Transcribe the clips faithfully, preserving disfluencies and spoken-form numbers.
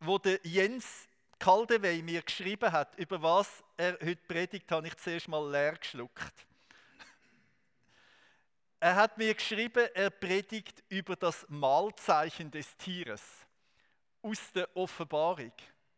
wo der Jens Kaldewey mir geschrieben hat, über was er heute predigt, habe ich zuerst mal leer geschluckt. Er hat mir geschrieben, er predigt über das Mahlzeichen des Tieres aus der Offenbarung.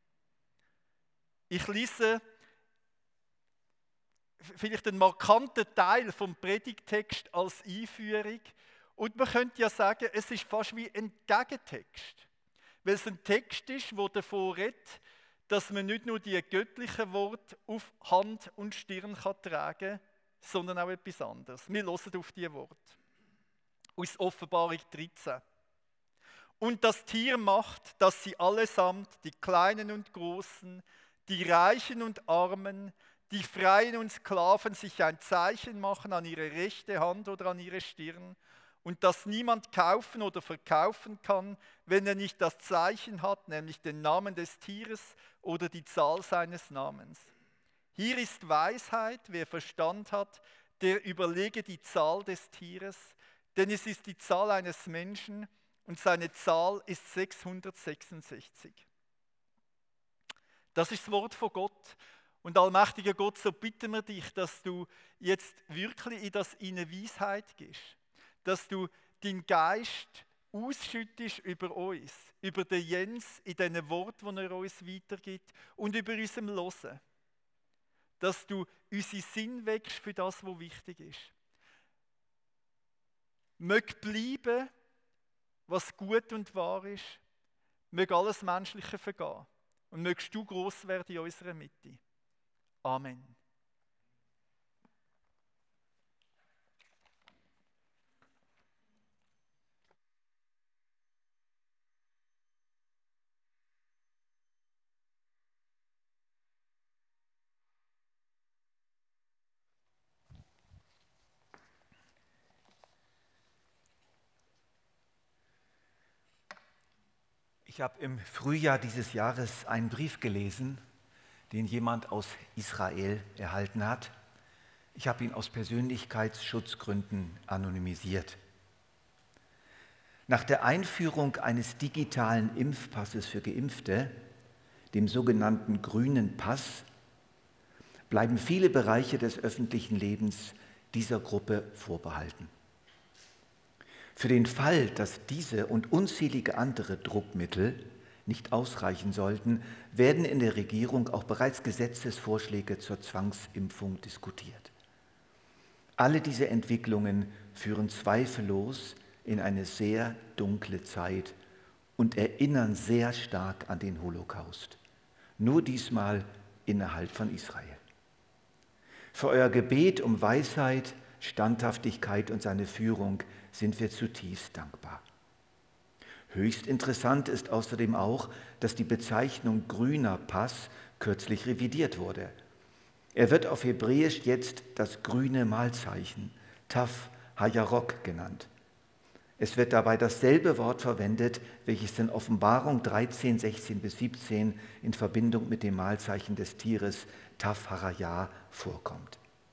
Ich lese vielleicht einen markanten Teil vom Predigttext als Einführung und man könnte ja sagen, es ist fast wie ein Gegentext, weil es ein Text ist, der davon redet, dass man nicht nur die göttlichen Worte auf Hand und Stirn kann tragen kann, sondern auch etwas anderes. Wir hören auf diese Worte. Aus Offenbarung dreizehn. Und das Tier macht, dass sie allesamt, die Kleinen und Großen, die Reichen und Armen, die Freien und Sklaven, sich ein Zeichen machen an ihre rechte Hand oder an ihre Stirn und dass niemand kaufen oder verkaufen kann, wenn er nicht das Zeichen hat, nämlich den Namen des Tieres oder die Zahl seines Namens. Hier ist Weisheit, wer Verstand hat, der überlege die Zahl des Tieres, denn es ist die Zahl eines Menschen und seine Zahl ist sechshundertsechsundsechzig. Das ist das Wort von Gott. Und allmächtiger Gott, so bitten wir dich, dass du jetzt wirklich in das in Weisheit gehst, dass du deinen Geist ausschüttest über uns, über den Jens in diesen Worten, die er uns weitergibt und über unserem Hören. Dass du unseren Sinn weckst für das, was wichtig ist. Möge bleiben, was gut und wahr ist, möge alles Menschliche vergehen und mögst du gross werden in unserer Mitte. Amen. Ich habe im Frühjahr dieses Jahres einen Brief gelesen, den jemand aus Israel erhalten hat. Ich habe ihn aus Persönlichkeitsschutzgründen anonymisiert. Nach der Einführung eines digitalen Impfpasses für Geimpfte, dem sogenannten grünen Pass, bleiben viele Bereiche des öffentlichen Lebens dieser Gruppe vorbehalten. Für den Fall, dass diese und unzählige andere Druckmittel nicht ausreichen sollten, werden in der Regierung auch bereits Gesetzesvorschläge zur Zwangsimpfung diskutiert. Alle diese Entwicklungen führen zweifellos in eine sehr dunkle Zeit und erinnern sehr stark an den Holocaust, nur diesmal innerhalb von Israel. Für euer Gebet um Weisheit, Standhaftigkeit und seine Führung sind wir zutiefst dankbar. Höchst interessant ist außerdem auch, dass die Bezeichnung grüner Pass kürzlich revidiert wurde. Er wird auf Hebräisch jetzt das grüne Mahlzeichen, Taf Hayarok, genannt. Es wird dabei dasselbe Wort verwendet, welches in Offenbarung dreizehn, sechzehn bis siebzehn in Verbindung mit dem Mahlzeichen des Tieres Taf Haraya vorkommt.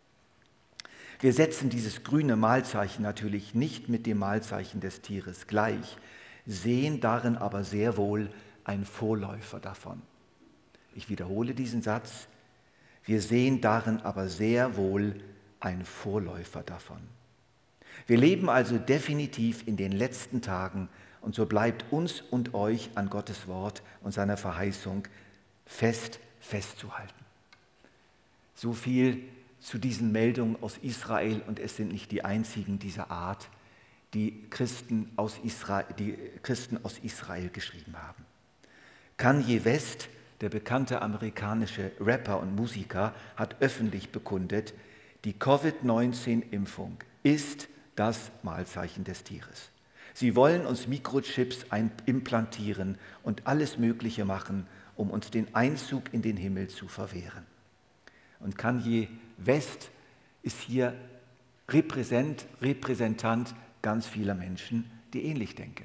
Wir setzen dieses grüne Mahlzeichen natürlich nicht mit dem Mahlzeichen des Tieres gleich, sehen darin aber sehr wohl einen Vorläufer davon. Ich wiederhole diesen Satz. Wir sehen darin aber sehr wohl einen Vorläufer davon. Wir leben also definitiv in den letzten Tagen und so bleibt uns und euch an Gottes Wort und seiner Verheißung fest festzuhalten. So viel zu diesen Meldungen aus Israel und es sind nicht die einzigen dieser Art, die Christen aus Israel, die Christen aus Israel geschrieben haben. Kanye West, der bekannte amerikanische Rapper und Musiker, hat öffentlich bekundet, die Covid neunzehn Impfung ist das Mahlzeichen des Tieres. Sie wollen uns Mikrochips implantieren und alles Mögliche machen, um uns den Einzug in den Himmel zu verwehren. Und Kanye West ist hier Repräsent, Repräsentant ganz vieler Menschen, die ähnlich denken.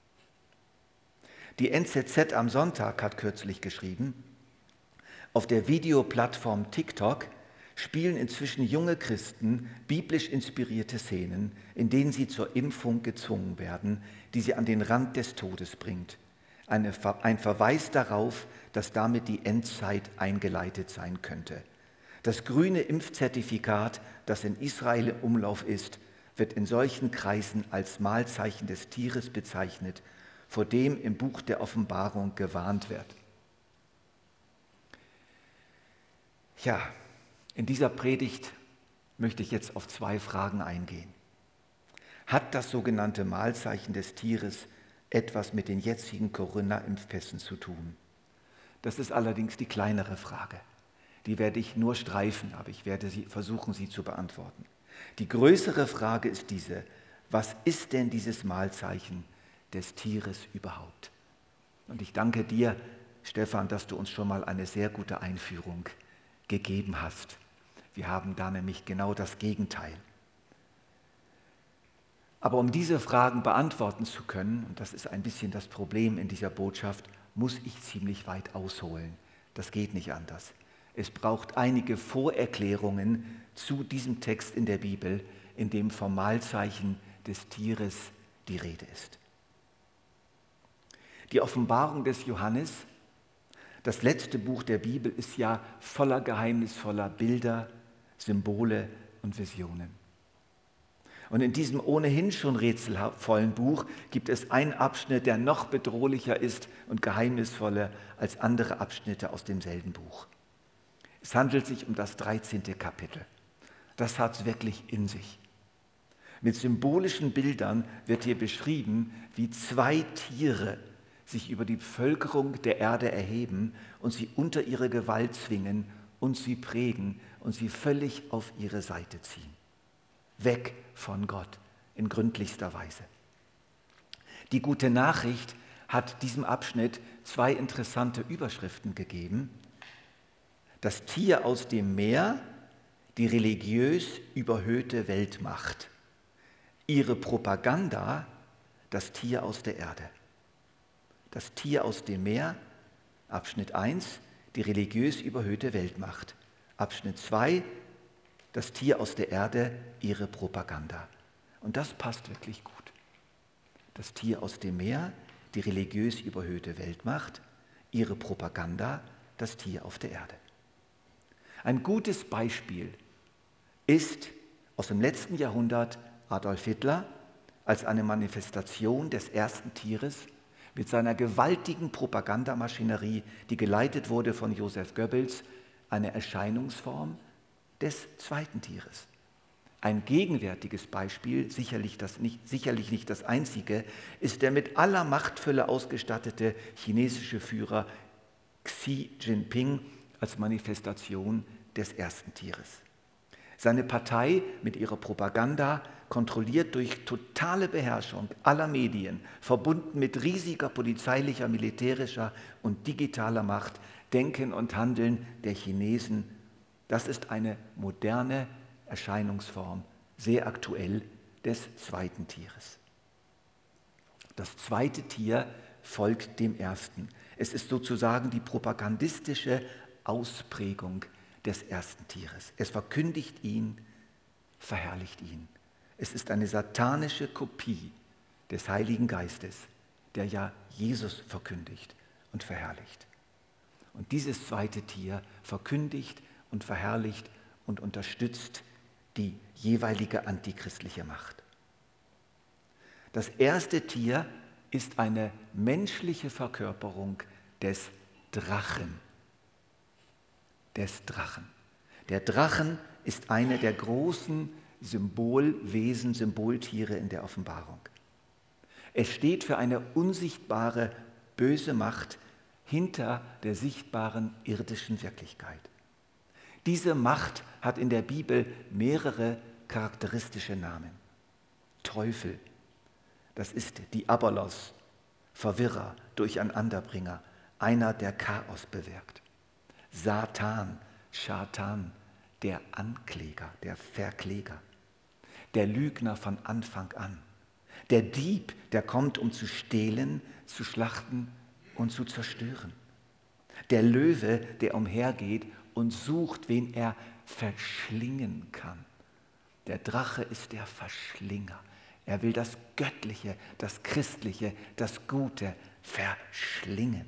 Die N Z Z am Sonntag hat kürzlich geschrieben, auf der Videoplattform TikTok spielen inzwischen junge Christen biblisch inspirierte Szenen, in denen sie zur Impfung gezwungen werden, die sie an den Rand des Todes bringt. Eine, ein Verweis darauf, dass damit die Endzeit eingeleitet sein könnte. Das grüne Impfzertifikat, das in Israel im Umlauf ist, wird in solchen Kreisen als Mahlzeichen des Tieres bezeichnet, vor dem im Buch der Offenbarung gewarnt wird. Ja, in dieser Predigt möchte ich jetzt auf zwei Fragen eingehen. Hat das sogenannte Mahlzeichen des Tieres etwas mit den jetzigen Corona-Impfpässen zu tun? Das ist allerdings die kleinere Frage. Die werde ich nur streifen, aber ich werde sie versuchen, sie zu beantworten. Die größere Frage ist diese: Was ist denn dieses Mahlzeichen des Tieres überhaupt? Und ich danke dir, Stefan, dass du uns schon mal eine sehr gute Einführung gegeben hast. Wir haben da nämlich genau das Gegenteil. Aber um diese Fragen beantworten zu können, und das ist ein bisschen das Problem in dieser Botschaft, muss ich ziemlich weit ausholen. Das geht nicht anders. Es braucht einige Vorerklärungen zu diesem Text in der Bibel, in dem vom Mahlzeichen des Tieres die Rede ist. Die Offenbarung des Johannes, das letzte Buch der Bibel, ist ja voller geheimnisvoller Bilder, Symbole und Visionen. Und in diesem ohnehin schon rätselvollen Buch gibt es einen Abschnitt, der noch bedrohlicher ist und geheimnisvoller als andere Abschnitte aus demselben Buch. Es handelt sich um das dreizehnte Kapitel. Das hat es wirklich in sich. Mit symbolischen Bildern wird hier beschrieben, wie zwei Tiere sich über die Bevölkerung der Erde erheben und sie unter ihre Gewalt zwingen und sie prägen und sie völlig auf ihre Seite ziehen. Weg von Gott in gründlichster Weise. Die gute Nachricht hat diesem Abschnitt zwei interessante Überschriften gegeben. Das Tier aus dem Meer, die religiös überhöhte Weltmacht. Ihre Propaganda, das Tier aus der Erde. Das Tier aus dem Meer, Abschnitt eins, die religiös überhöhte Weltmacht. Abschnitt zwei, das Tier aus der Erde, ihre Propaganda. Und das passt wirklich gut. Das Tier aus dem Meer, die religiös überhöhte Weltmacht, ihre Propaganda, das Tier auf der Erde. Ein gutes Beispiel ist aus dem letzten Jahrhundert Adolf Hitler als eine Manifestation des ersten Tieres mit seiner gewaltigen Propagandamaschinerie, die geleitet wurde von Joseph Goebbels, eine Erscheinungsform des zweiten Tieres. Ein gegenwärtiges Beispiel, sicherlich, das nicht, sicherlich nicht das einzige, ist der mit aller Machtfülle ausgestattete chinesische Führer Xi Jinping als Manifestation des ersten Tieres. Seine Partei mit ihrer Propaganda, kontrolliert durch totale Beherrschung aller Medien, verbunden mit riesiger polizeilicher, militärischer und digitaler Macht, Denken und Handeln der Chinesen. Das ist eine moderne Erscheinungsform, sehr aktuell, des zweiten Tieres. Das zweite Tier folgt dem ersten. Es ist sozusagen die propagandistische Ausprägung des ersten Tieres. Es verkündigt ihn, verherrlicht ihn. Es ist eine satanische Kopie des Heiligen Geistes, der ja Jesus verkündigt und verherrlicht. Und dieses zweite Tier verkündigt und verherrlicht und unterstützt die jeweilige antichristliche Macht. Das erste Tier ist eine menschliche Verkörperung des Drachen. Des Drachen. Der Drachen ist eine der großen Symbolwesen, Symboltiere in der Offenbarung. Es steht für eine unsichtbare, böse Macht hinter der sichtbaren irdischen Wirklichkeit. Diese Macht hat in der Bibel mehrere charakteristische Namen. Teufel, das ist Diabolos, Verwirrer, Durcheinanderbringer, einer, der Chaos bewirkt. Satan, Schatan, der Ankläger, der Verkläger, der Lügner von Anfang an, der Dieb, der kommt, um zu stehlen, zu schlachten und zu zerstören, der Löwe, der umhergeht und sucht, wen er verschlingen kann. Der Drache ist der Verschlinger. Er will das Göttliche, das Christliche, das Gute verschlingen.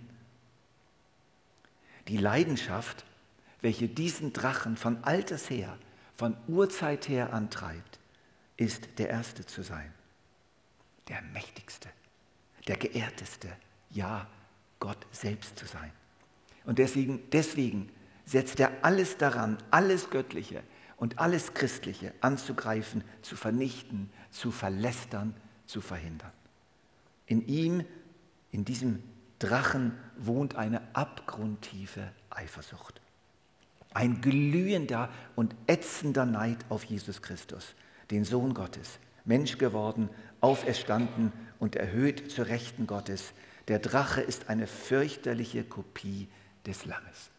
Die Leidenschaft, welche diesen Drachen von alters her, von Urzeit her antreibt, ist der Erste zu sein, der Mächtigste, der Geehrteste, ja, Gott selbst zu sein. Und deswegen, deswegen setzt er alles daran, alles Göttliche und alles Christliche anzugreifen, zu vernichten, zu verlästern, zu verhindern. In ihm, in diesem Drachen, wohnt eine abgrundtiefe Eifersucht. Ein glühender und ätzender Neid auf Jesus Christus, den Sohn Gottes, Mensch geworden, auferstanden und erhöht zur Rechten Gottes. Der Drache ist eine fürchterliche Kopie des Lammes.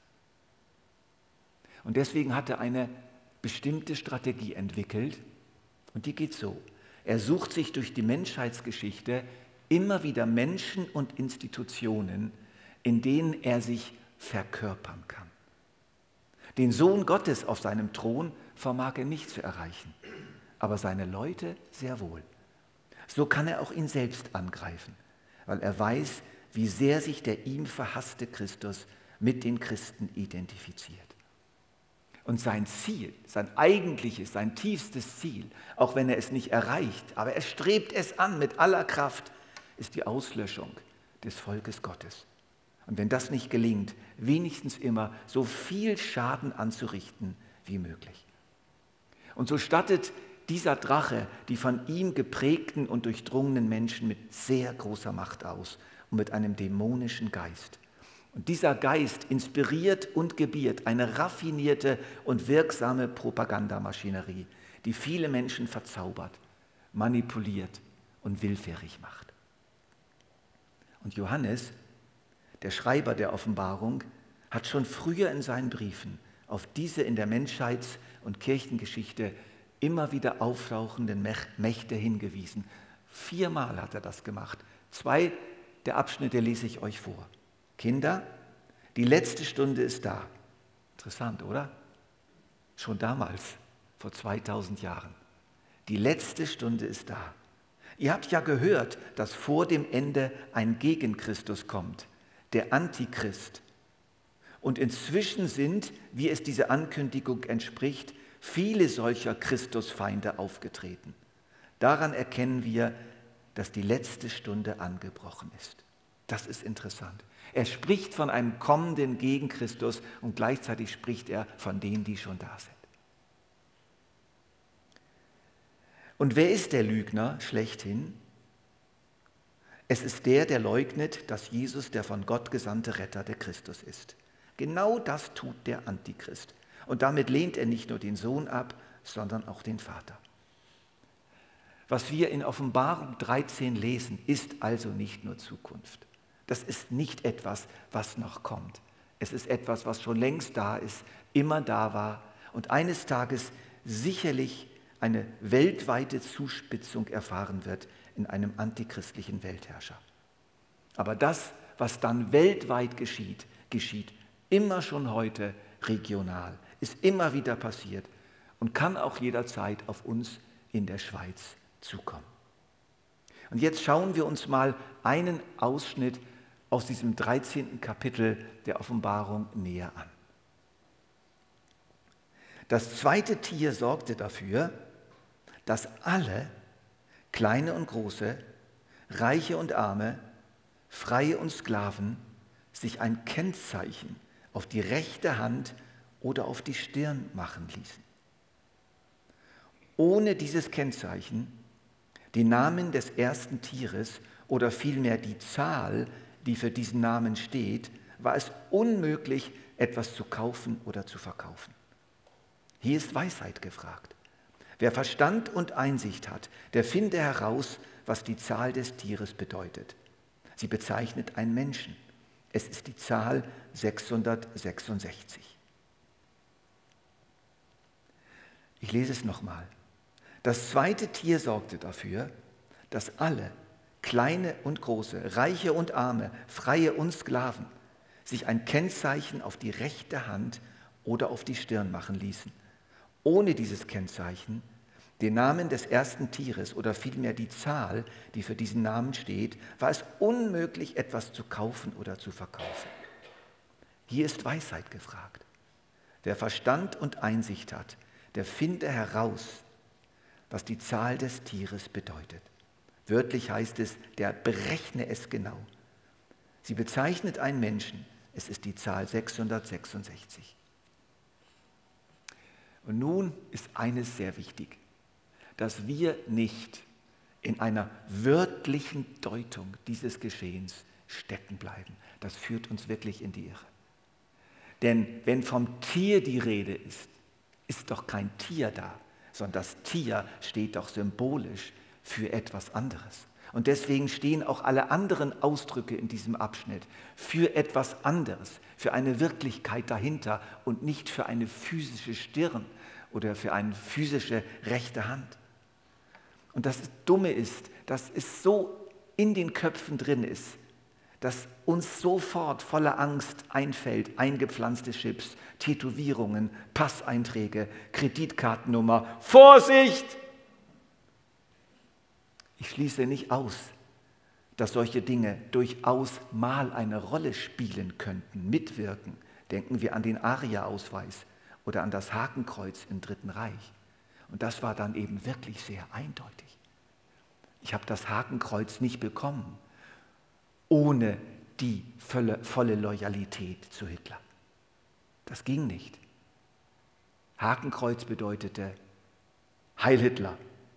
Und deswegen hat er eine bestimmte Strategie entwickelt und die geht so. Er sucht sich durch die Menschheitsgeschichte immer wieder Menschen und Institutionen, in denen er sich verkörpern kann. Den Sohn Gottes auf seinem Thron vermag er nicht zu erreichen, aber seine Leute sehr wohl. So kann er auch ihn selbst angreifen, weil er weiß, wie sehr sich der ihm verhasste Christus mit den Christen identifiziert. Und sein Ziel, sein eigentliches, sein tiefstes Ziel, auch wenn er es nicht erreicht, aber er strebt es an mit aller Kraft, ist die Auslöschung des Volkes Gottes. Und wenn das nicht gelingt, wenigstens immer so viel Schaden anzurichten wie möglich. Und so stattet dieser Drache die von ihm geprägten und durchdrungenen Menschen mit sehr großer Macht aus und mit einem dämonischen Geist. Und dieser Geist inspiriert und gebiert eine raffinierte und wirksame Propagandamaschinerie, die viele Menschen verzaubert, manipuliert und willfährig macht. Und Johannes, der Schreiber der Offenbarung, hat schon früher in seinen Briefen auf diese in der Menschheits- und Kirchengeschichte immer wieder auftauchenden Mächte hingewiesen. Viermal hat er das gemacht. Zwei der Abschnitte lese ich euch vor. Kinder, die letzte Stunde ist da. Interessant, oder? Schon damals, vor zweitausend Jahren. Die letzte Stunde ist da. Ihr habt ja gehört, dass vor dem Ende ein Gegenchristus kommt, der Antichrist. Und inzwischen sind, wie es dieser Ankündigung entspricht, viele solcher Christusfeinde aufgetreten. Daran erkennen wir, dass die letzte Stunde angebrochen ist. Das ist interessant. Er spricht von einem kommenden Gegenchristus und gleichzeitig spricht er von denen, die schon da sind. Und wer ist der Lügner schlechthin? Es ist der, der leugnet, dass Jesus der von Gott gesandte Retter, der Christus ist. Genau das tut der Antichrist. Und damit lehnt er nicht nur den Sohn ab, sondern auch den Vater. Was wir in Offenbarung dreizehn lesen, ist also nicht nur Zukunft. Das ist nicht etwas, was noch kommt. Es ist etwas, was schon längst da ist, immer da war und eines Tages sicherlich eine weltweite Zuspitzung erfahren wird in einem antichristlichen Weltherrscher. Aber das, was dann weltweit geschieht, geschieht immer schon heute regional, ist immer wieder passiert und kann auch jederzeit auf uns in der Schweiz zukommen. Und jetzt schauen wir uns mal einen Ausschnitt aus diesem dreizehnten Kapitel der Offenbarung näher an. Das zweite Tier sorgte dafür, dass alle, kleine und große, Reiche und Arme, Freie und Sklaven, sich ein Kennzeichen auf die rechte Hand oder auf die Stirn machen ließen. Ohne dieses Kennzeichen, den Namen des ersten Tieres oder vielmehr die Zahl, die für diesen Namen steht, war es unmöglich, etwas zu kaufen oder zu verkaufen. Hier ist Weisheit gefragt. Wer Verstand und Einsicht hat, der finde heraus, was die Zahl des Tieres bedeutet. Sie bezeichnet einen Menschen. Es ist die Zahl sechshundertsechsundsechzig. Ich lese es nochmal. Das zweite Tier sorgte dafür, dass alle, kleine und große, Reiche und Arme, Freie und Sklaven, sich ein Kennzeichen auf die rechte Hand oder auf die Stirn machen ließen. Ohne dieses Kennzeichen, den Namen des ersten Tieres oder vielmehr die Zahl, die für diesen Namen steht, war es unmöglich, etwas zu kaufen oder zu verkaufen. Hier ist Weisheit gefragt. Wer Verstand und Einsicht hat, der finde heraus, was die Zahl des Tieres bedeutet. Wörtlich heißt es, der berechne es genau. Sie bezeichnet einen Menschen, es ist die Zahl sechshundertsechsundsechzig. Und nun ist eines sehr wichtig, dass wir nicht in einer wörtlichen Deutung dieses Geschehens stecken bleiben. Das führt uns wirklich in die Irre. Denn wenn vom Tier die Rede ist, ist doch kein Tier da, sondern das Tier steht doch symbolisch für etwas anderes. Und deswegen stehen auch alle anderen Ausdrücke in diesem Abschnitt für etwas anderes, für eine Wirklichkeit dahinter und nicht für eine physische Stirn oder für eine physische rechte Hand. Und das Dumme ist, dass es so in den Köpfen drin ist, dass uns sofort voller Angst einfällt, eingepflanzte Chips, Tätowierungen, Passeinträge, Kreditkartennummer. Vorsicht! Ich schließe nicht aus, dass solche Dinge durchaus mal eine Rolle spielen könnten, mitwirken. Denken wir an den Aria-Ausweis oder an das Hakenkreuz im Dritten Reich. Und das war dann eben wirklich sehr eindeutig. Ich habe das Hakenkreuz nicht bekommen, ohne die volle, volle Loyalität zu Hitler. Das ging nicht. Hakenkreuz bedeutete Heil Hitler.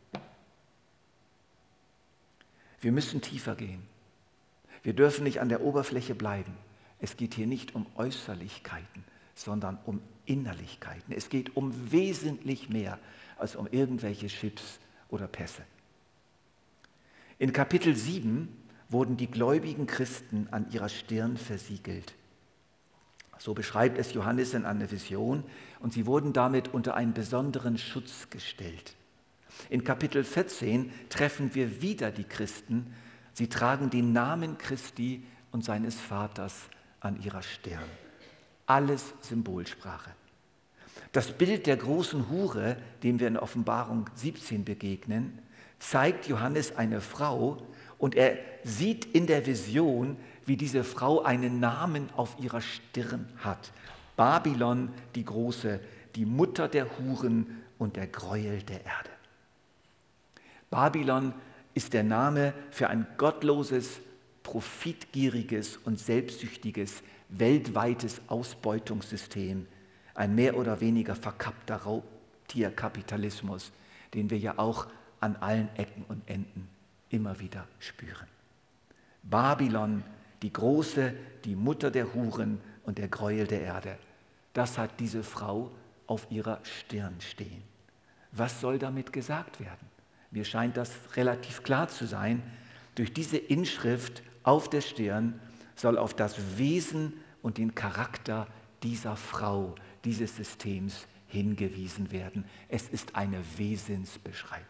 Wir müssen tiefer gehen. Wir dürfen nicht an der Oberfläche bleiben. Es geht hier nicht um Äußerlichkeiten, sondern um Innerlichkeiten. Es geht um wesentlich mehr als um irgendwelche Chips oder Pässe. In Kapitel sieben wurden die gläubigen Christen an ihrer Stirn versiegelt. So beschreibt es Johannes in einer Vision, und sie wurden damit unter einen besonderen Schutz gestellt. In Kapitel vierzehn treffen wir wieder die Christen. Sie tragen den Namen Christi und seines Vaters an ihrer Stirn. Alles Symbolsprache. Das Bild der großen Hure, dem wir in Offenbarung siebzehn begegnen, zeigt Johannes eine Frau, und er sieht in der Vision, wie diese Frau einen Namen auf ihrer Stirn hat. Babylon, die Große, die Mutter der Huren und der Gräuel der Erde. Babylon ist der Name für ein gottloses, profitgieriges und selbstsüchtiges, weltweites Ausbeutungssystem, ein mehr oder weniger verkappter Raubtierkapitalismus, den wir ja auch an allen Ecken und Enden immer wieder spüren. Babylon, die Große, die Mutter der Huren und der Gräuel der Erde, das hat diese Frau auf ihrer Stirn stehen. Was soll damit gesagt werden? Mir scheint das relativ klar zu sein. Durch diese Inschrift auf der Stirn soll auf das Wesen und den Charakter dieser Frau, dieses Systems hingewiesen werden. Es ist eine Wesensbeschreibung.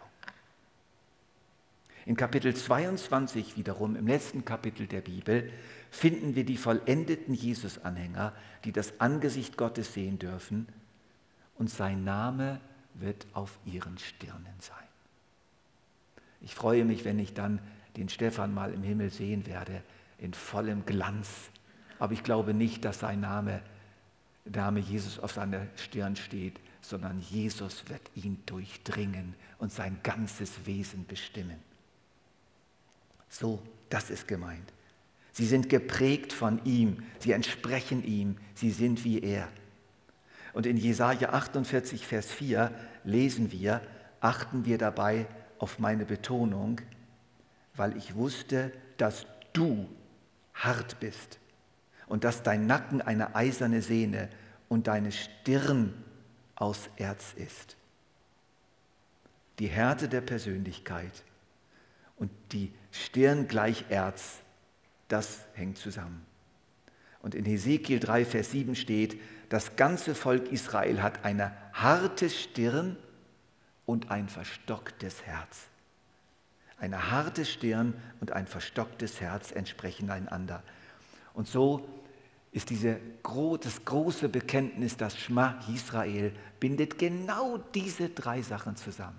In Kapitel zweiundzwanzig wiederum, im letzten Kapitel der Bibel, finden wir die vollendeten Jesus-Anhänger, die das Angesicht Gottes sehen dürfen, und sein Name wird auf ihren Stirnen sein. Ich freue mich, wenn ich dann den Stefan mal im Himmel sehen werde, in vollem Glanz. Aber ich glaube nicht, dass sein Name, der Name Jesus auf seiner Stirn steht, sondern Jesus wird ihn durchdringen und sein ganzes Wesen bestimmen. So, das ist gemeint. Sie sind geprägt von ihm, sie entsprechen ihm, sie sind wie er. Und in Jesaja achtundvierzig, Vers vier lesen wir, achten wir dabei auf meine Betonung, weil ich wusste, dass du hart bist und dass dein Nacken eine eiserne Sehne und deine Stirn aus Erz ist. Die Härte der Persönlichkeit und die Stirn gleich Erz, das hängt zusammen. Und in Hesekiel drei, Vers sieben steht, das ganze Volk Israel hat eine harte Stirn und ein verstocktes Herz. Eine harte Stirn und ein verstocktes Herz entsprechen einander. Und so ist diese, das große Bekenntnis, das Schma Israel, bindet genau diese drei Sachen zusammen.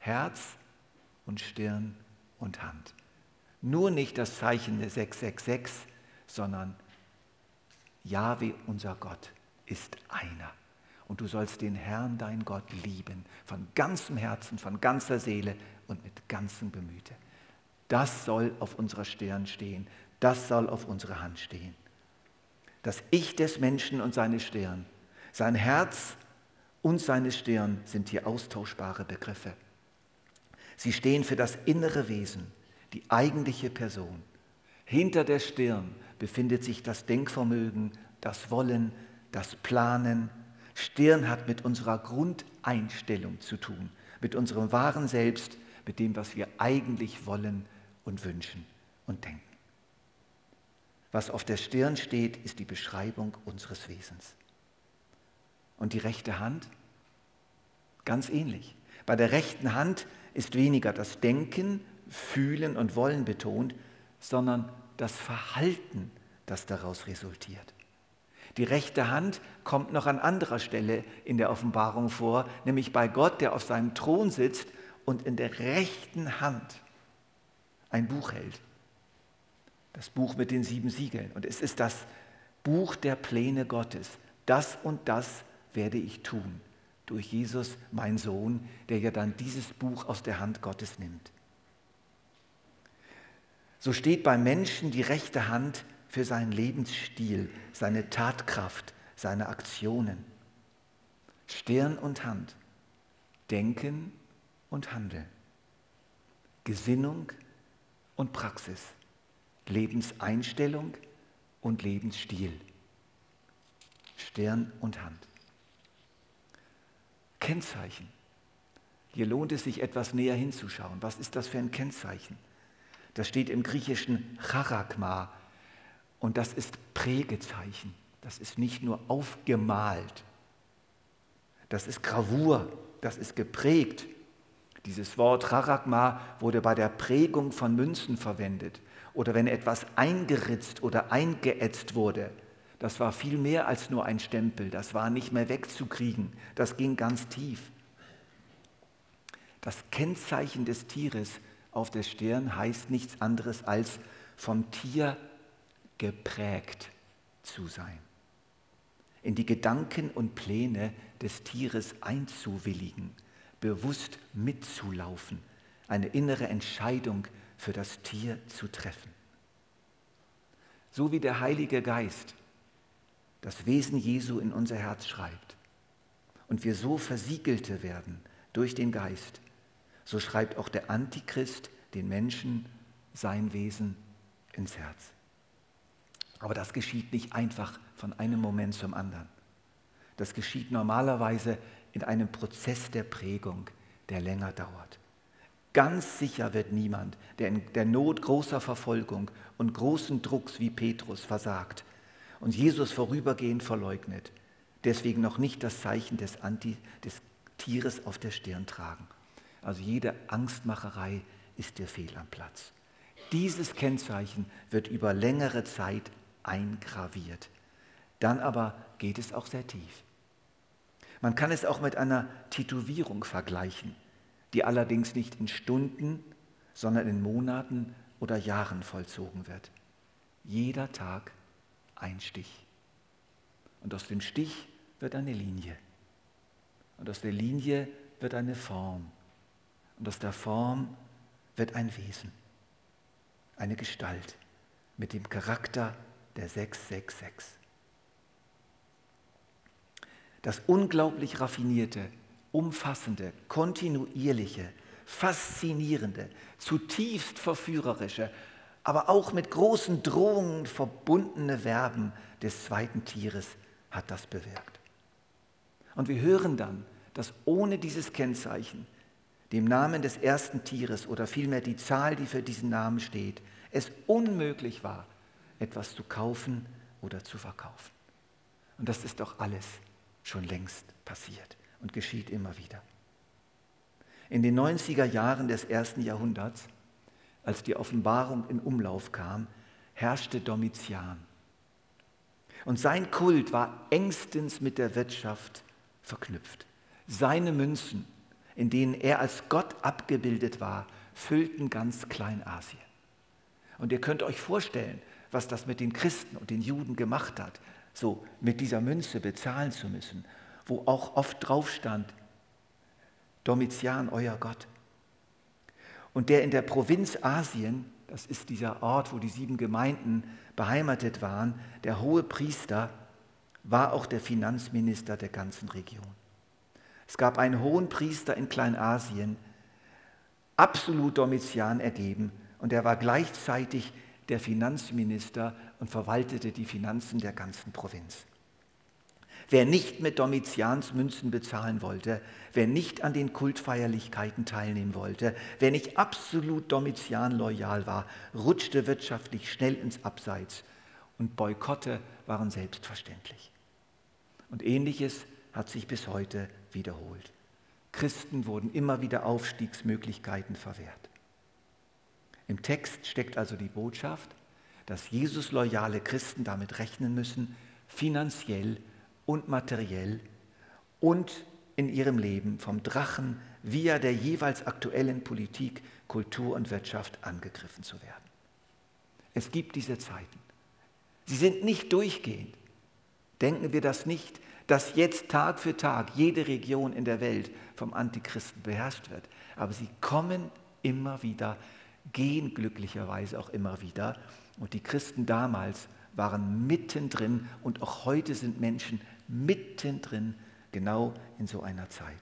Herz und Stirn und Hand. Nur nicht das Zeichen der sechs sechs sechs, sondern Jahwe, unser Gott, ist einer. Und du sollst den Herrn, dein Gott, lieben, von ganzem Herzen, von ganzer Seele und mit ganzem Bemühte. Das soll auf unserer Stirn stehen, das soll auf unserer Hand stehen. Das Ich des Menschen und seine Stirn, sein Herz und seine Stirn sind hier austauschbare Begriffe. Sie stehen für das innere Wesen, die eigentliche Person. Hinter der Stirn befindet sich das Denkvermögen, das Wollen, das Planen. Stirn hat mit unserer Grundeinstellung zu tun, mit unserem wahren Selbst, mit dem, was wir eigentlich wollen und wünschen und denken. Was auf der Stirn steht, ist die Beschreibung unseres Wesens. Und die rechte Hand? Ganz ähnlich. Bei der rechten Hand ist weniger das Denken, Fühlen und Wollen betont, sondern das Verhalten, das daraus resultiert. Die rechte Hand kommt noch an anderer Stelle in der Offenbarung vor, nämlich bei Gott, der auf seinem Thron sitzt und in der rechten Hand ein Buch hält. Das Buch mit den sieben Siegeln. Und es ist das Buch der Pläne Gottes. Das und das werde ich tun. Durch Jesus, mein Sohn, der ja dann dieses Buch aus der Hand Gottes nimmt. So steht beim Menschen die rechte Hand für seinen Lebensstil, seine Tatkraft, seine Aktionen. Stirn und Hand, Denken und Handeln, Gesinnung und Praxis, Lebenseinstellung und Lebensstil. Stirn und Hand. Kennzeichen. Hier lohnt es sich, etwas näher hinzuschauen. Was ist das für ein Kennzeichen? Das steht im Griechischen Charagma und das ist Prägezeichen. Das ist nicht nur aufgemalt. Das ist Gravur, das ist geprägt. Dieses Wort Charagma wurde bei der Prägung von Münzen verwendet. Oder wenn etwas eingeritzt oder eingeätzt wurde. Das war viel mehr als nur ein Stempel. Das war nicht mehr wegzukriegen. Das ging ganz tief. Das Kennzeichen des Tieres auf der Stirn heißt nichts anderes als vom Tier geprägt zu sein. In die Gedanken und Pläne des Tieres einzuwilligen, bewusst mitzulaufen, eine innere Entscheidung für das Tier zu treffen. So wie der Heilige Geist das Wesen Jesu in unser Herz schreibt und wir so Versiegelte werden durch den Geist, so schreibt auch der Antichrist den Menschen sein Wesen ins Herz. Aber das geschieht nicht einfach von einem Moment zum anderen. Das geschieht normalerweise in einem Prozess der Prägung, der länger dauert. Ganz sicher wird niemand, der in der Not großer Verfolgung und großen Drucks wie Petrus versagt und Jesus vorübergehend verleugnet, deswegen noch nicht das Zeichen des, Anti, des Tieres auf der Stirn tragen. Also jede Angstmacherei ist dir fehl am Platz. Dieses Kennzeichen wird über längere Zeit eingraviert. Dann aber geht es auch sehr tief. Man kann es auch mit einer Tätowierung vergleichen, die allerdings nicht in Stunden, sondern in Monaten oder Jahren vollzogen wird. Jeder Tag ein Stich. Und aus dem Stich wird eine Linie. Und aus der Linie wird eine Form. Und aus der Form wird ein Wesen, eine Gestalt mit dem Charakter der sechs sechs sechs. Das unglaublich raffinierte, umfassende, kontinuierliche, faszinierende, zutiefst verführerische, aber auch mit großen Drohungen verbundene Verben des zweiten Tieres hat das bewirkt. Und wir hören dann, dass ohne dieses Kennzeichen, dem Namen des ersten Tieres oder vielmehr die Zahl, die für diesen Namen steht, es unmöglich war, etwas zu kaufen oder zu verkaufen. Und das ist doch alles schon längst passiert und geschieht immer wieder. In den neunziger Jahren des ersten Jahrhunderts, als die Offenbarung in Umlauf kam, herrschte Domitian. Und sein Kult war engstens mit der Wirtschaft verknüpft. Seine Münzen in denen er als Gott abgebildet war, füllten ganz Kleinasien. Und ihr könnt euch vorstellen, was das mit den Christen und den Juden gemacht hat, so mit dieser Münze bezahlen zu müssen, wo auch oft drauf stand, Domitian, euer Gott. Und der in der Provinz Asien, das ist dieser Ort, wo die sieben Gemeinden beheimatet waren, der hohe Priester war auch der Finanzminister der ganzen Region. Es gab einen hohen Priester in Kleinasien, absolut Domitian ergeben, und er war gleichzeitig der Finanzminister und verwaltete die Finanzen der ganzen Provinz. Wer nicht mit Domitians Münzen bezahlen wollte, wer nicht an den Kultfeierlichkeiten teilnehmen wollte, wer nicht absolut Domitian loyal war, rutschte wirtschaftlich schnell ins Abseits und Boykotte waren selbstverständlich. Und Ähnliches hat sich bis heute wiederholt. Christen wurden immer wieder Aufstiegsmöglichkeiten verwehrt. Im Text steckt also die Botschaft, dass Jesus-loyale Christen damit rechnen müssen, finanziell und materiell und in ihrem Leben vom Drachen via der jeweils aktuellen Politik, Kultur und Wirtschaft angegriffen zu werden. Es gibt diese Zeiten. Sie sind nicht durchgehend. Denken wir das nicht, dass jetzt Tag für Tag jede Region in der Welt vom Antichristen beherrscht wird. Aber sie kommen immer wieder, gehen glücklicherweise auch immer wieder. Und die Christen damals waren mittendrin und auch heute sind Menschen mittendrin, genau in so einer Zeit.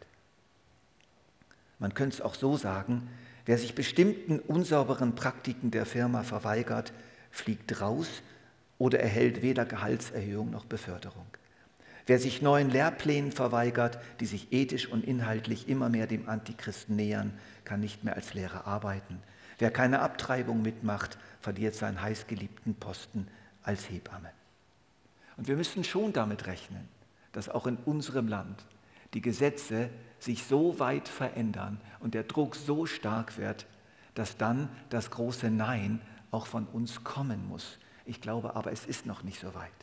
Man könnte es auch so sagen, wer sich bestimmten unsauberen Praktiken der Firma verweigert, fliegt raus oder erhält weder Gehaltserhöhung noch Beförderung. Wer sich neuen Lehrplänen verweigert, die sich ethisch und inhaltlich immer mehr dem Antichristen nähern, kann nicht mehr als Lehrer arbeiten. Wer keine Abtreibung mitmacht, verliert seinen heißgeliebten Posten als Hebamme. Und wir müssen schon damit rechnen, dass auch in unserem Land die Gesetze sich so weit verändern und der Druck so stark wird, dass dann das große Nein auch von uns kommen muss. Ich glaube aber, es ist noch nicht so weit.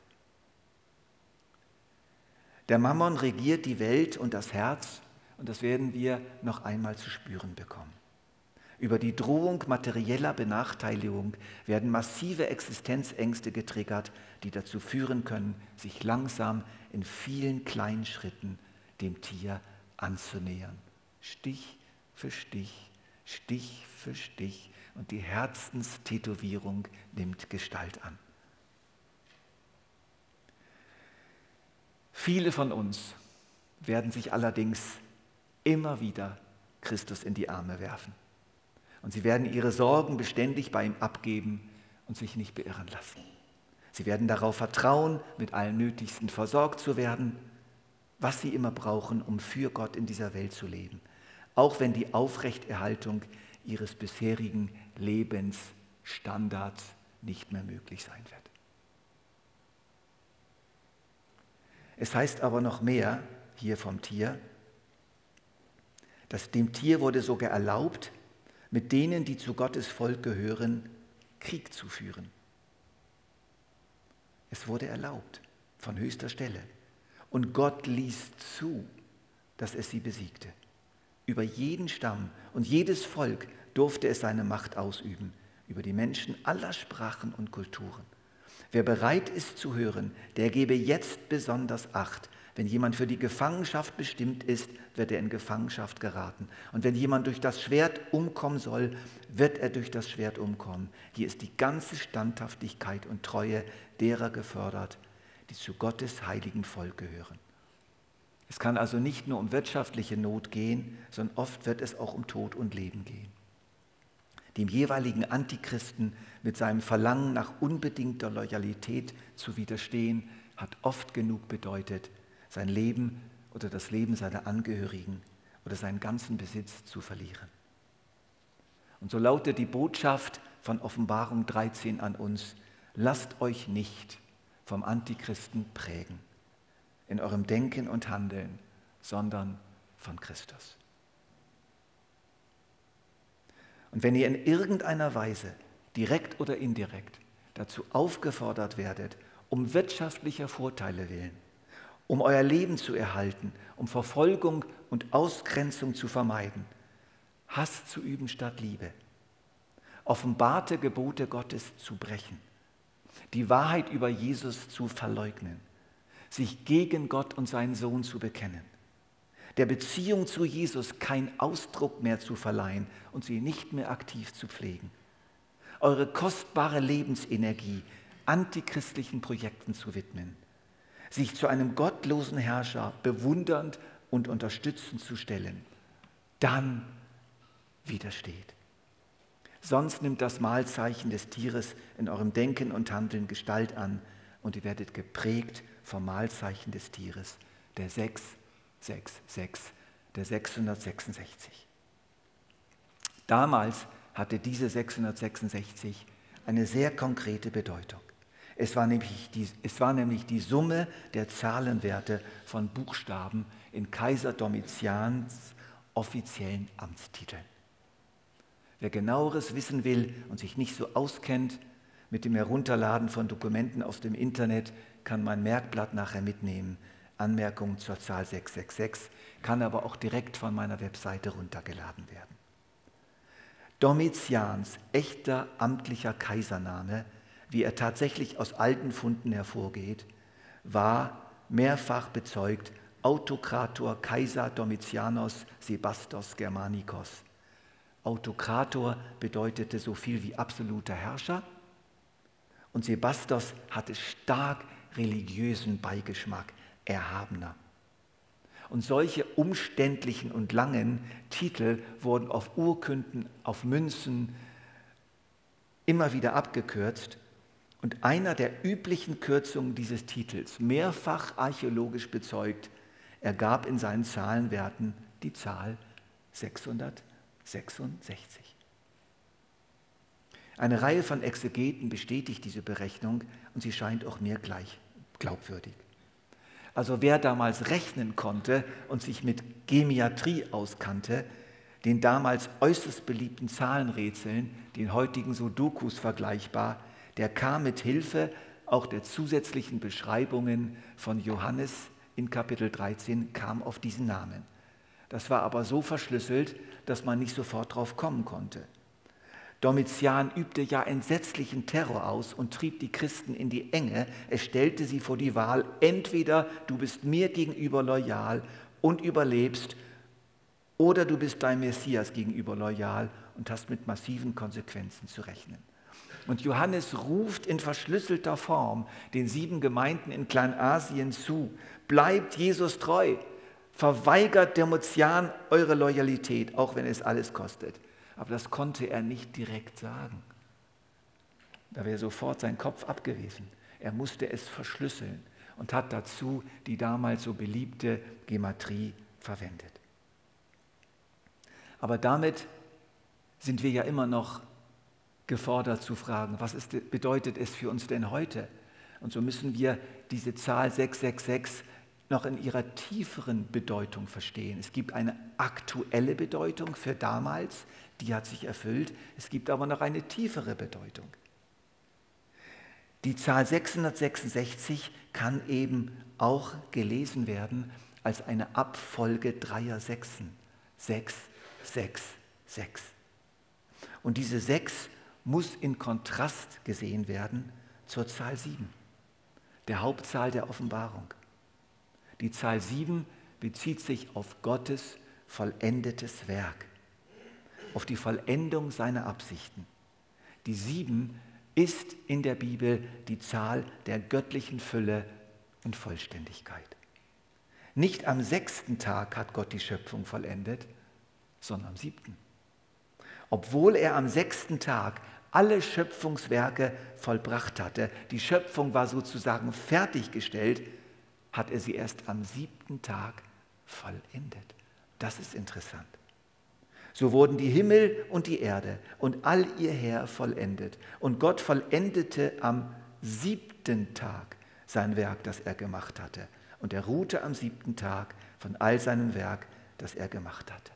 Der Mammon regiert die Welt und das Herz und das werden wir noch einmal zu spüren bekommen. Über die Drohung materieller Benachteiligung werden massive Existenzängste getriggert, die dazu führen können, sich langsam in vielen kleinen Schritten dem Tier anzunähern. Stich für Stich, Stich für Stich und die Herzenstätowierung nimmt Gestalt an. Viele von uns werden sich allerdings immer wieder Christus in die Arme werfen. Und sie werden ihre Sorgen beständig bei ihm abgeben und sich nicht beirren lassen. Sie werden darauf vertrauen, mit allem Nötigsten versorgt zu werden, was sie immer brauchen, um für Gott in dieser Welt zu leben. Auch wenn die Aufrechterhaltung ihres bisherigen Lebensstandards nicht mehr möglich sein wird. Es heißt aber noch mehr hier vom Tier, dass dem Tier wurde sogar erlaubt, mit denen, die zu Gottes Volk gehören, Krieg zu führen. Es wurde erlaubt von höchster Stelle. Und Gott ließ zu, dass es sie besiegte. Über jeden Stamm und jedes Volk durfte es seine Macht ausüben, über die Menschen aller Sprachen und Kulturen. Wer bereit ist zu hören, der gebe jetzt besonders Acht. Wenn jemand für die Gefangenschaft bestimmt ist, wird er in Gefangenschaft geraten. Und wenn jemand durch das Schwert umkommen soll, wird er durch das Schwert umkommen. Hier ist die ganze Standhaftigkeit und Treue derer gefördert, die zu Gottes heiligen Volk gehören. Es kann also nicht nur um wirtschaftliche Not gehen, sondern oft wird es auch um Tod und Leben gehen. Dem jeweiligen Antichristen mit seinem Verlangen nach unbedingter Loyalität zu widerstehen, hat oft genug bedeutet, sein Leben oder das Leben seiner Angehörigen oder seinen ganzen Besitz zu verlieren. Und so lautet die Botschaft von Offenbarung dreizehn an uns: Lasst euch nicht vom Antichristen prägen in eurem Denken und Handeln, sondern von Christus. Und wenn ihr in irgendeiner Weise, direkt oder indirekt, dazu aufgefordert werdet, um wirtschaftlicher Vorteile willen, um euer Leben zu erhalten, um Verfolgung und Ausgrenzung zu vermeiden, Hass zu üben statt Liebe, offenbarte Gebote Gottes zu brechen, die Wahrheit über Jesus zu verleugnen, sich gegen Gott und seinen Sohn zu bekennen, der Beziehung zu Jesus keinen Ausdruck mehr zu verleihen und sie nicht mehr aktiv zu pflegen, eure kostbare Lebensenergie antichristlichen Projekten zu widmen, sich zu einem gottlosen Herrscher bewundernd und unterstützend zu stellen, dann widersteht. Sonst nimmt das Mahlzeichen des Tieres in eurem Denken und Handeln Gestalt an und ihr werdet geprägt vom Mahlzeichen des Tieres, der sechs sechs sechs, der sechshundertsechsundsechzig. Damals hatte diese sechshundertsechsundsechzig eine sehr konkrete Bedeutung. Es war, nämlich die, es war nämlich die Summe der Zahlenwerte von Buchstaben in Kaiser Domitians offiziellen Amtstiteln. Wer genaueres wissen will und sich nicht so auskennt mit dem Herunterladen von Dokumenten aus dem Internet, kann mein Merkblatt nachher mitnehmen. Anmerkungen zur Zahl sechs sechs sechs, kann aber auch direkt von meiner Webseite runtergeladen werden. Domitians echter amtlicher Kaisername, wie er tatsächlich aus alten Funden hervorgeht, war mehrfach bezeugt Autokrator Kaiser Domitianos Sebastos Germanicos. Autokrator bedeutete so viel wie absoluter Herrscher und Sebastos hatte stark religiösen Beigeschmack, erhabener. Und solche umständlichen und langen Titel wurden auf Urkunden, auf Münzen immer wieder abgekürzt. Und einer der üblichen Kürzungen dieses Titels, mehrfach archäologisch bezeugt, ergab in seinen Zahlenwerten die Zahl sechshundertsechsundsechzig. Eine Reihe von Exegeten bestätigt diese Berechnung und sie scheint auch mir gleich glaubwürdig. Also wer damals rechnen konnte und sich mit Gematrie auskannte, den damals äußerst beliebten Zahlenrätseln, den heutigen Sudokus vergleichbar, der kam mit Hilfe auch der zusätzlichen Beschreibungen von Johannes in Kapitel dreizehn, kam auf diesen Namen. Das war aber so verschlüsselt, dass man nicht sofort drauf kommen konnte. Domitian übte ja entsetzlichen Terror aus und trieb die Christen in die Enge. Es stellte sie vor die Wahl, entweder du bist mir gegenüber loyal und überlebst, oder du bist deinem Messias gegenüber loyal und hast mit massiven Konsequenzen zu rechnen. Und Johannes ruft in verschlüsselter Form den sieben Gemeinden in Kleinasien zu: Bleibt Jesus treu, verweigert Domitian eure Loyalität, auch wenn es alles kostet. Aber das konnte er nicht direkt sagen. Da wäre sofort sein Kopf abgewesen. Er musste es verschlüsseln und hat dazu die damals so beliebte Gematrie verwendet. Aber damit sind wir ja immer noch gefordert zu fragen, was ist, bedeutet es für uns denn heute? Und so müssen wir diese Zahl sechs sechs sechs noch in ihrer tieferen Bedeutung verstehen. Es gibt eine aktuelle Bedeutung für damals, die hat sich erfüllt. Es gibt aber noch eine tiefere Bedeutung. Die Zahl sechshundertsechsundsechzig kann eben auch gelesen werden als eine Abfolge dreier Sechsen. Sechs, sechs, sechs. Und diese sechs muss in Kontrast gesehen werden zur Zahl sieben, der Hauptzahl der Offenbarung. Die Zahl sieben bezieht sich auf Gottes vollendetes Werk, auf die Vollendung seiner Absichten. Die sieben ist in der Bibel die Zahl der göttlichen Fülle und Vollständigkeit. Nicht am sechsten Tag hat Gott die Schöpfung vollendet, sondern am siebten. Obwohl er am sechsten Tag alle Schöpfungswerke vollbracht hatte, die Schöpfung war sozusagen fertiggestellt, hat er sie erst am siebten Tag vollendet. Das ist interessant. So wurden die Himmel und die Erde und all ihr Heer vollendet. Und Gott vollendete am siebten Tag sein Werk, das er gemacht hatte. Und er ruhte am siebten Tag von all seinem Werk, das er gemacht hatte.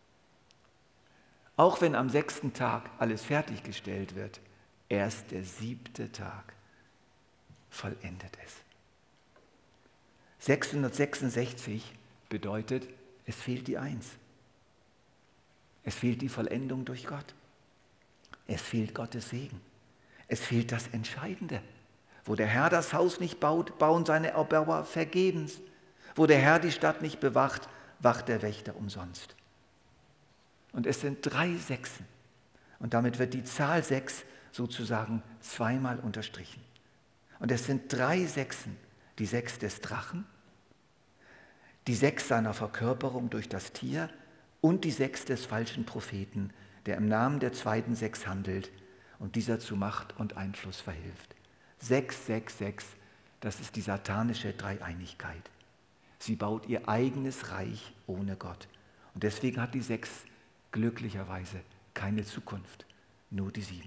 Auch wenn am sechsten Tag alles fertiggestellt wird, erst der siebte Tag vollendet es. sechshundertsechsundsechzig bedeutet, es fehlt die Eins. Es fehlt die Vollendung durch Gott. Es fehlt Gottes Segen. Es fehlt das Entscheidende. Wo der Herr das Haus nicht baut, bauen seine Erbauer vergebens. Wo der Herr die Stadt nicht bewacht, wacht der Wächter umsonst. Und es sind drei Sechsen. Und damit wird die Zahl sechs sozusagen zweimal unterstrichen. Und es sind drei Sechsen. Die Sechs des Drachen, die Sechs seiner Verkörperung durch das Tier und die Sechs des falschen Propheten, der im Namen der zweiten Sechs handelt und dieser zu Macht und Einfluss verhilft. Sechs, sechs, sechs, das ist die satanische Dreieinigkeit. Sie baut ihr eigenes Reich ohne Gott. Und deswegen hat die Sechs glücklicherweise keine Zukunft, nur die Sieben.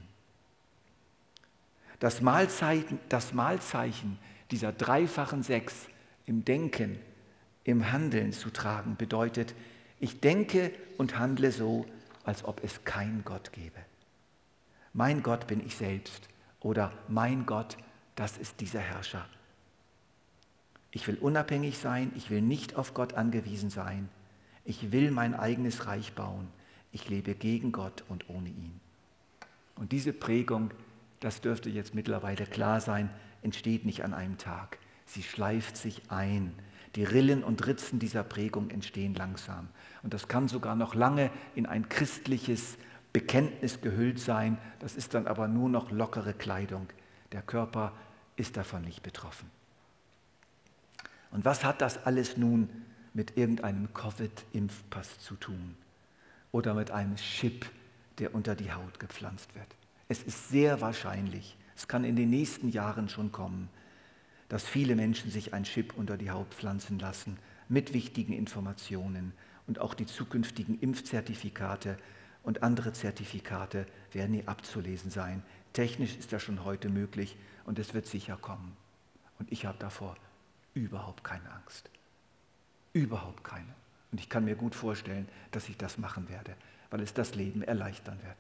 Das Mahlzeichen, das Mahlzeichen dieser dreifachen Sechs im Denken, im Handeln zu tragen, bedeutet, ich denke und handle so, als ob es keinen Gott gäbe. Mein Gott bin ich selbst oder mein Gott, das ist dieser Herrscher. Ich will unabhängig sein, ich will nicht auf Gott angewiesen sein. Ich will mein eigenes Reich bauen. Ich lebe gegen Gott und ohne ihn. Und diese Prägung, das dürfte jetzt mittlerweile klar sein, entsteht nicht an einem Tag. Sie schleift sich ein. Die Rillen und Ritzen dieser Prägung entstehen langsam. Und das kann sogar noch lange in ein christliches Bekenntnis gehüllt sein. Das ist dann aber nur noch lockere Kleidung. Der Körper ist davon nicht betroffen. Und was hat das alles nun mit irgendeinem Covid-Impfpass zu tun? Oder mit einem Chip, der unter die Haut gepflanzt wird? Es ist sehr wahrscheinlich, es kann in den nächsten Jahren schon kommen, dass viele Menschen sich ein Chip unter die Haut pflanzen lassen mit wichtigen Informationen und auch die zukünftigen Impfzertifikate und andere Zertifikate werden hier abzulesen sein. Technisch ist das schon heute möglich und es wird sicher kommen. Und ich habe davor überhaupt keine Angst. Überhaupt keine. Und ich kann mir gut vorstellen, dass ich das machen werde, weil es das Leben erleichtern wird.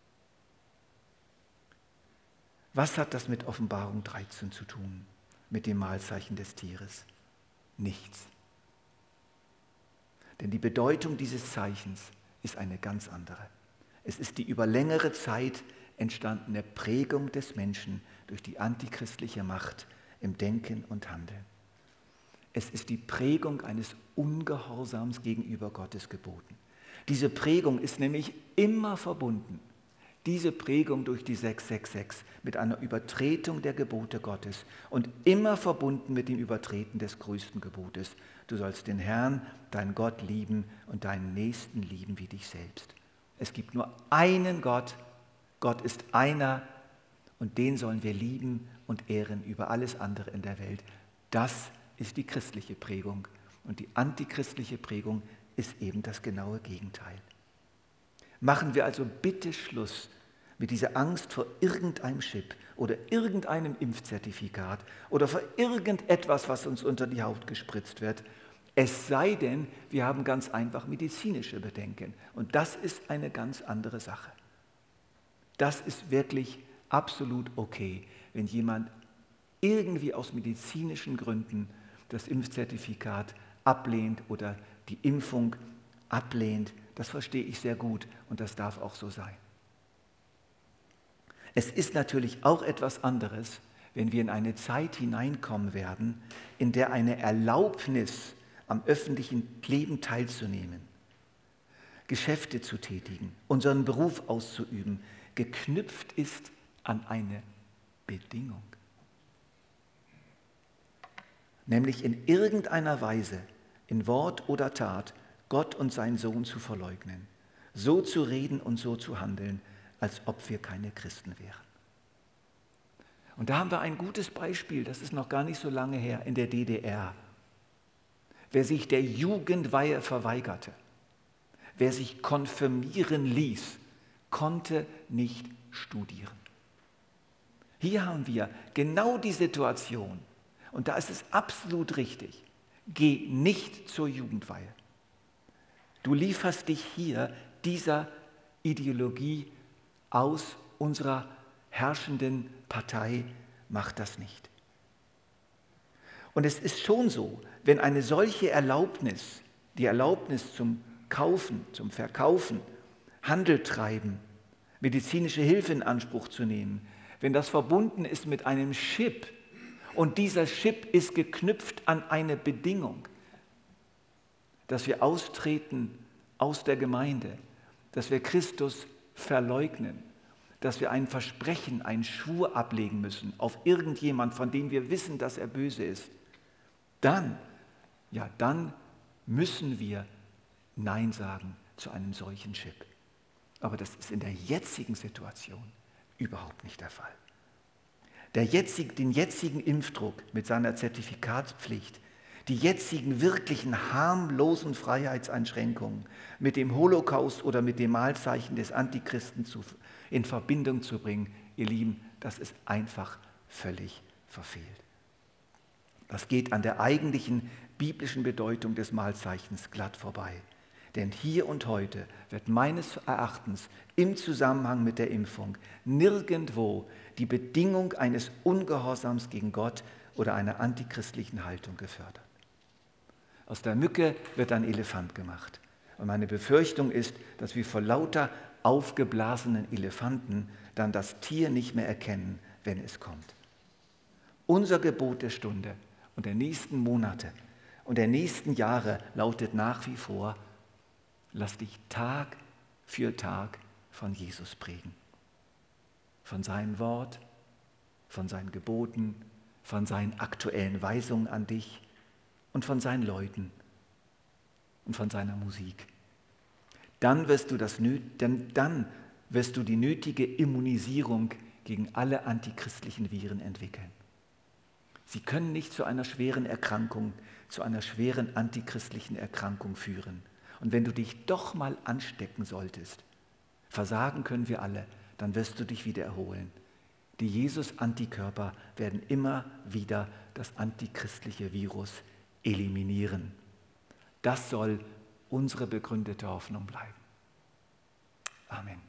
Was hat das mit Offenbarung dreizehn zu tun, mit dem Mahlzeichen des Tieres? Nichts. Denn die Bedeutung dieses Zeichens ist eine ganz andere. Es ist die über längere Zeit entstandene Prägung des Menschen durch die antichristliche Macht im Denken und Handeln. Es ist die Prägung eines Ungehorsams gegenüber Gottes Geboten. Diese Prägung ist nämlich immer verbunden, diese Prägung durch die sechs sechs sechs mit einer Übertretung der Gebote Gottes und immer verbunden mit dem Übertreten des größten Gebotes. Du sollst den Herrn, deinen Gott lieben und deinen Nächsten lieben wie dich selbst. Es gibt nur einen Gott, Gott ist einer und den sollen wir lieben und ehren über alles andere in der Welt. Das ist die christliche Prägung und die antichristliche Prägung ist eben das genaue Gegenteil. Machen wir also bitte Schluss mit dieser Angst vor irgendeinem Chip oder irgendeinem Impfzertifikat oder vor irgendetwas, was uns unter die Haut gespritzt wird. Es sei denn, wir haben ganz einfach medizinische Bedenken. Und das ist eine ganz andere Sache. Das ist wirklich absolut okay, wenn jemand irgendwie aus medizinischen Gründen das Impfzertifikat ablehnt oder die Impfung ablehnt. Das verstehe ich sehr gut und das darf auch so sein. Es ist natürlich auch etwas anderes, wenn wir in eine Zeit hineinkommen werden, in der eine Erlaubnis am öffentlichen Leben teilzunehmen, Geschäfte zu tätigen, unseren Beruf auszuüben, geknüpft ist an eine Bedingung. Nämlich in irgendeiner Weise, in Wort oder Tat, Gott und seinen Sohn zu verleugnen, so zu reden und so zu handeln, als ob wir keine Christen wären. Und da haben wir ein gutes Beispiel, das ist noch gar nicht so lange her, in der D D R. Wer sich der Jugendweihe verweigerte, wer sich konfirmieren ließ, konnte nicht studieren. Hier haben wir genau die Situation, und da ist es absolut richtig, geh nicht zur Jugendweihe. Du lieferst dich hier dieser Ideologie aus, unserer herrschenden Partei, mach das nicht. Und es ist schon so, wenn eine solche Erlaubnis, die Erlaubnis zum Kaufen, zum Verkaufen, Handel treiben, medizinische Hilfe in Anspruch zu nehmen, wenn das verbunden ist mit einem Chip und dieser Chip ist geknüpft an eine Bedingung, dass wir austreten aus der Gemeinde, dass wir Christus verleugnen, dass wir ein Versprechen, einen Schwur ablegen müssen auf irgendjemand, von dem wir wissen, dass er böse ist, dann, ja, dann müssen wir Nein sagen zu einem solchen Chip. Aber das ist in der jetzigen Situation überhaupt nicht der Fall. Der jetzig, den jetzigen Impfdruck mit seiner Zertifikatspflicht, die jetzigen wirklichen harmlosen Freiheitseinschränkungen mit dem Holocaust oder mit dem Mahlzeichen des Antichristen zu, in Verbindung zu bringen, ihr Lieben, das ist einfach völlig verfehlt. Das geht an der eigentlichen biblischen Bedeutung des Mahlzeichens glatt vorbei. Denn hier und heute wird meines Erachtens im Zusammenhang mit der Impfung nirgendwo die Bedingung eines Ungehorsams gegen Gott oder einer antichristlichen Haltung gefördert. Aus der Mücke wird ein Elefant gemacht. Und meine Befürchtung ist, dass wir vor lauter aufgeblasenen Elefanten dann das Tier nicht mehr erkennen, wenn es kommt. Unser Gebot der Stunde und der nächsten Monate und der nächsten Jahre lautet nach wie vor: Lass dich Tag für Tag von Jesus prägen. Von seinem Wort, von seinen Geboten, von seinen aktuellen Weisungen an dich und von seinen Leuten und von seiner Musik. Dann wirst du, das, denn dann wirst du die nötige Immunisierung gegen alle antichristlichen Viren entwickeln. Sie können nicht zu einer schweren Erkrankung, zu einer schweren antichristlichen Erkrankung führen. Und wenn du dich doch mal anstecken solltest, versagen können wir alle, dann wirst du dich wieder erholen. Die Jesus-Antikörper werden immer wieder das antichristliche Virus eliminieren. Das soll unsere begründete Hoffnung bleiben. Amen.